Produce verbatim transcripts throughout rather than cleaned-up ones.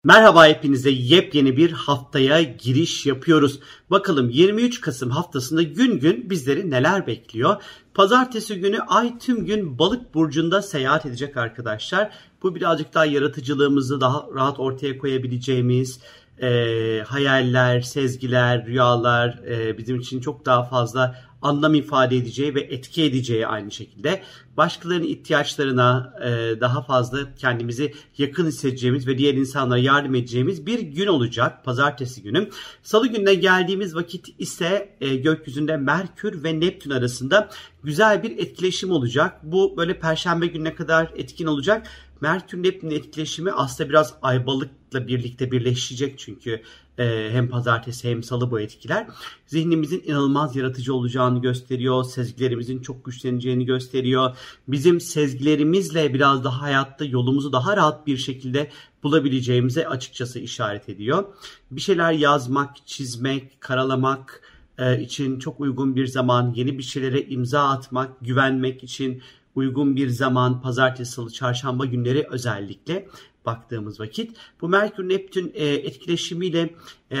Merhaba hepinize, yepyeni bir haftaya giriş yapıyoruz. Bakalım yirmi üç Kasım haftasında gün gün bizleri neler bekliyor? Pazartesi günü ay tüm gün Balık burcunda seyahat edecek arkadaşlar. Bu birazcık daha yaratıcılığımızı daha rahat ortaya koyabileceğimiz e, hayaller, sezgiler, rüyalar e, bizim için çok daha fazla anlam ifade edeceği ve etki edeceği aynı şekilde. Başkalarının ihtiyaçlarına e, daha fazla kendimizi yakın hissedeceğimiz ve diğer insanlara yardım edeceğimiz bir gün olacak pazartesi günü. Salı gününe geldiğimiz vakit ise e, gökyüzünde Merkür ve Neptün arasında güzel bir etkileşim olacak. Bu böyle Perşembe gününe kadar etkin olacak. Merkür-Neptün etkileşimi aslında biraz Aybalık'la birlikte birleşecek çünkü e, hem pazartesi hem salı bu etkiler. Zihnimizin inanılmaz yaratıcı olacağını gösteriyor. Sezgilerimizin çok güçleneceğini gösteriyor. Bizim sezgilerimizle biraz daha hayatta yolumuzu daha rahat bir şekilde bulabileceğimize açıkçası işaret ediyor. Bir şeyler yazmak, çizmek, karalamak e, için çok uygun bir zaman. Yeni bir şeylere imza atmak, güvenmek için uygun bir zaman, pazartesi, salı, çarşamba günleri özellikle baktığımız vakit. Bu Merkür-Neptün e, etkileşimiyle e,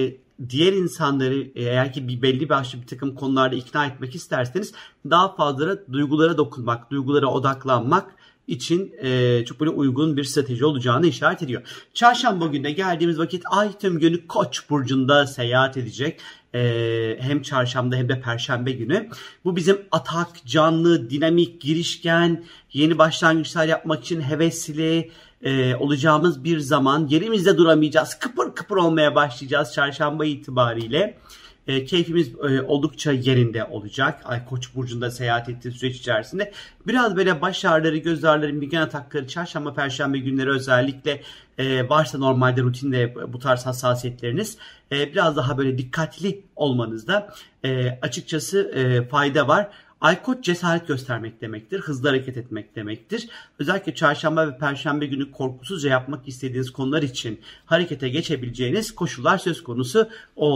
diğer insanları eğer ki bir belli başlı bir takım konularda ikna etmek isterseniz daha fazla duygulara dokunmak, duygulara odaklanmak için e, çok böyle uygun bir strateji olacağını işaret ediyor. Çarşamba gününe geldiğimiz vakit ay tüm günü Koç burcunda seyahat edecek. Ee, hem çarşamba hem de perşembe günü. Bu bizim atak, canlı, dinamik, girişken, yeni başlangıçlar yapmak için hevesli e, olacağımız bir zaman. Yerimizde duramayacağız, kıpır kıpır olmaya başlayacağız çarşamba itibariyle. E, keyfimiz e, oldukça yerinde olacak. Ay Koç burcunda seyahat ettiği süreç içerisinde biraz böyle baş ağrıları, göz ağrıları, migren atakları çarşamba, perşembe günleri özellikle e, varsa normalde rutinde bu tarz hassasiyetleriniz e, biraz daha böyle dikkatli olmanızda e, açıkçası e, fayda var. Ay Koç cesaret göstermek demektir. Hızlı hareket etmek demektir. Özellikle çarşamba ve perşembe günü korkusuzca yapmak istediğiniz konular için harekete geçebileceğiniz koşullar söz konusu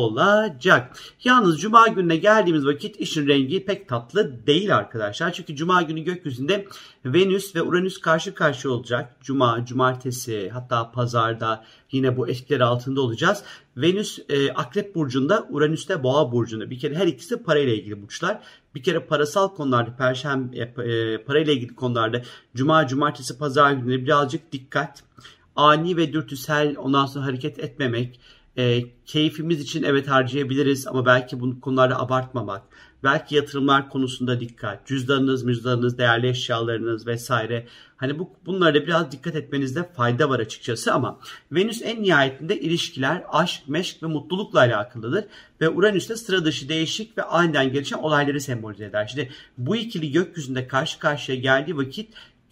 olacak. Yalnız cuma gününe geldiğimiz vakit işin rengi pek tatlı değil arkadaşlar. Çünkü cuma günü gökyüzünde Venüs ve Uranüs karşı karşıya olacak. Cuma, cumartesi, hatta pazarda yine bu etkiler altında olacağız. Venüs e, Akrep burcunda, Uranüs de Boğa burcunda. Bir kere her ikisi parayla ilgili burçlar. Bir kere parasal konularda, perşembe e, parayla ilgili konularda cuma, cumartesi, pazar günleri birazcık dikkat. Ani ve dürtüsel ondan sonra hareket etmemek. E, keyfimiz için evet harcayabiliriz ama belki bu konularda abartmamak. Belki yatırımlar konusunda dikkat. Cüzdanınız, müzdanınız, değerli eşyalarınız vesaire. Hani bu bunlara biraz dikkat etmenizde fayda var açıkçası ama Venüs en nihayetinde ilişkiler, aşk, meşk ve mutlulukla alakalıdır. Ve Uranüs de sıra dışı, değişik ve aniden gelişen olayları sembolize eder. Şimdi bu ikili gökyüzünde karşı karşıya geldiği vakit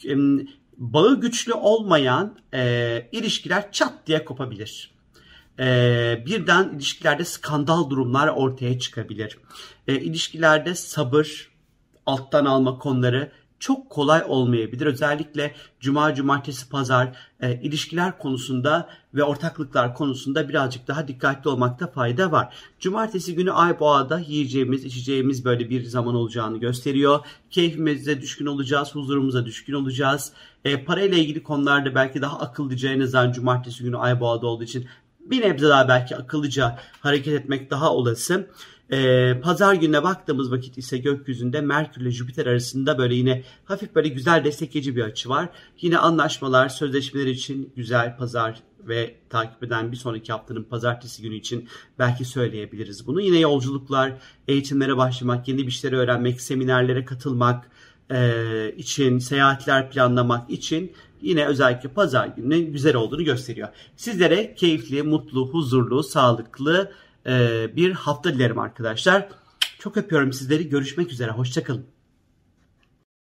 bağı güçlü olmayan e, ilişkiler çat diye kopabilir. Ee, birden ilişkilerde skandal durumlar ortaya çıkabilir. Ee, ilişkilerde sabır, alttan alma konuları çok kolay olmayabilir. Özellikle cuma, cumartesi, pazar e, ilişkiler konusunda ve ortaklıklar konusunda birazcık daha dikkatli olmakta fayda var. Cumartesi günü Ay Boğa'da yiyeceğimiz, içeceğimiz böyle bir zaman olacağını gösteriyor. Keyfimize düşkün olacağız, huzurumuza düşkün olacağız. E, parayla ilgili konularda belki daha akıllıca, en azından cumartesi günü Ay Boğa'da olduğu için bir nebze daha belki akıllıca hareket etmek daha olası. Ee, Pazar gününe baktığımız vakit ise gökyüzünde Merkür ile Jüpiter arasında böyle yine hafif böyle güzel destekleyici bir açı var. Yine anlaşmalar, sözleşmeler için güzel pazar ve takip eden bir sonraki haftanın pazartesi günü için belki söyleyebiliriz bunu. Yine yolculuklar, eğitimlere başlamak, yeni bir şeyleri öğrenmek, seminerlere katılmak e, için, seyahatler planlamak için yine özellikle pazar gününün güzel olduğunu gösteriyor. Sizlere keyifli, mutlu, huzurlu, sağlıklı bir hafta dilerim arkadaşlar. Çok öpüyorum sizleri. Görüşmek üzere. Hoşça kalın.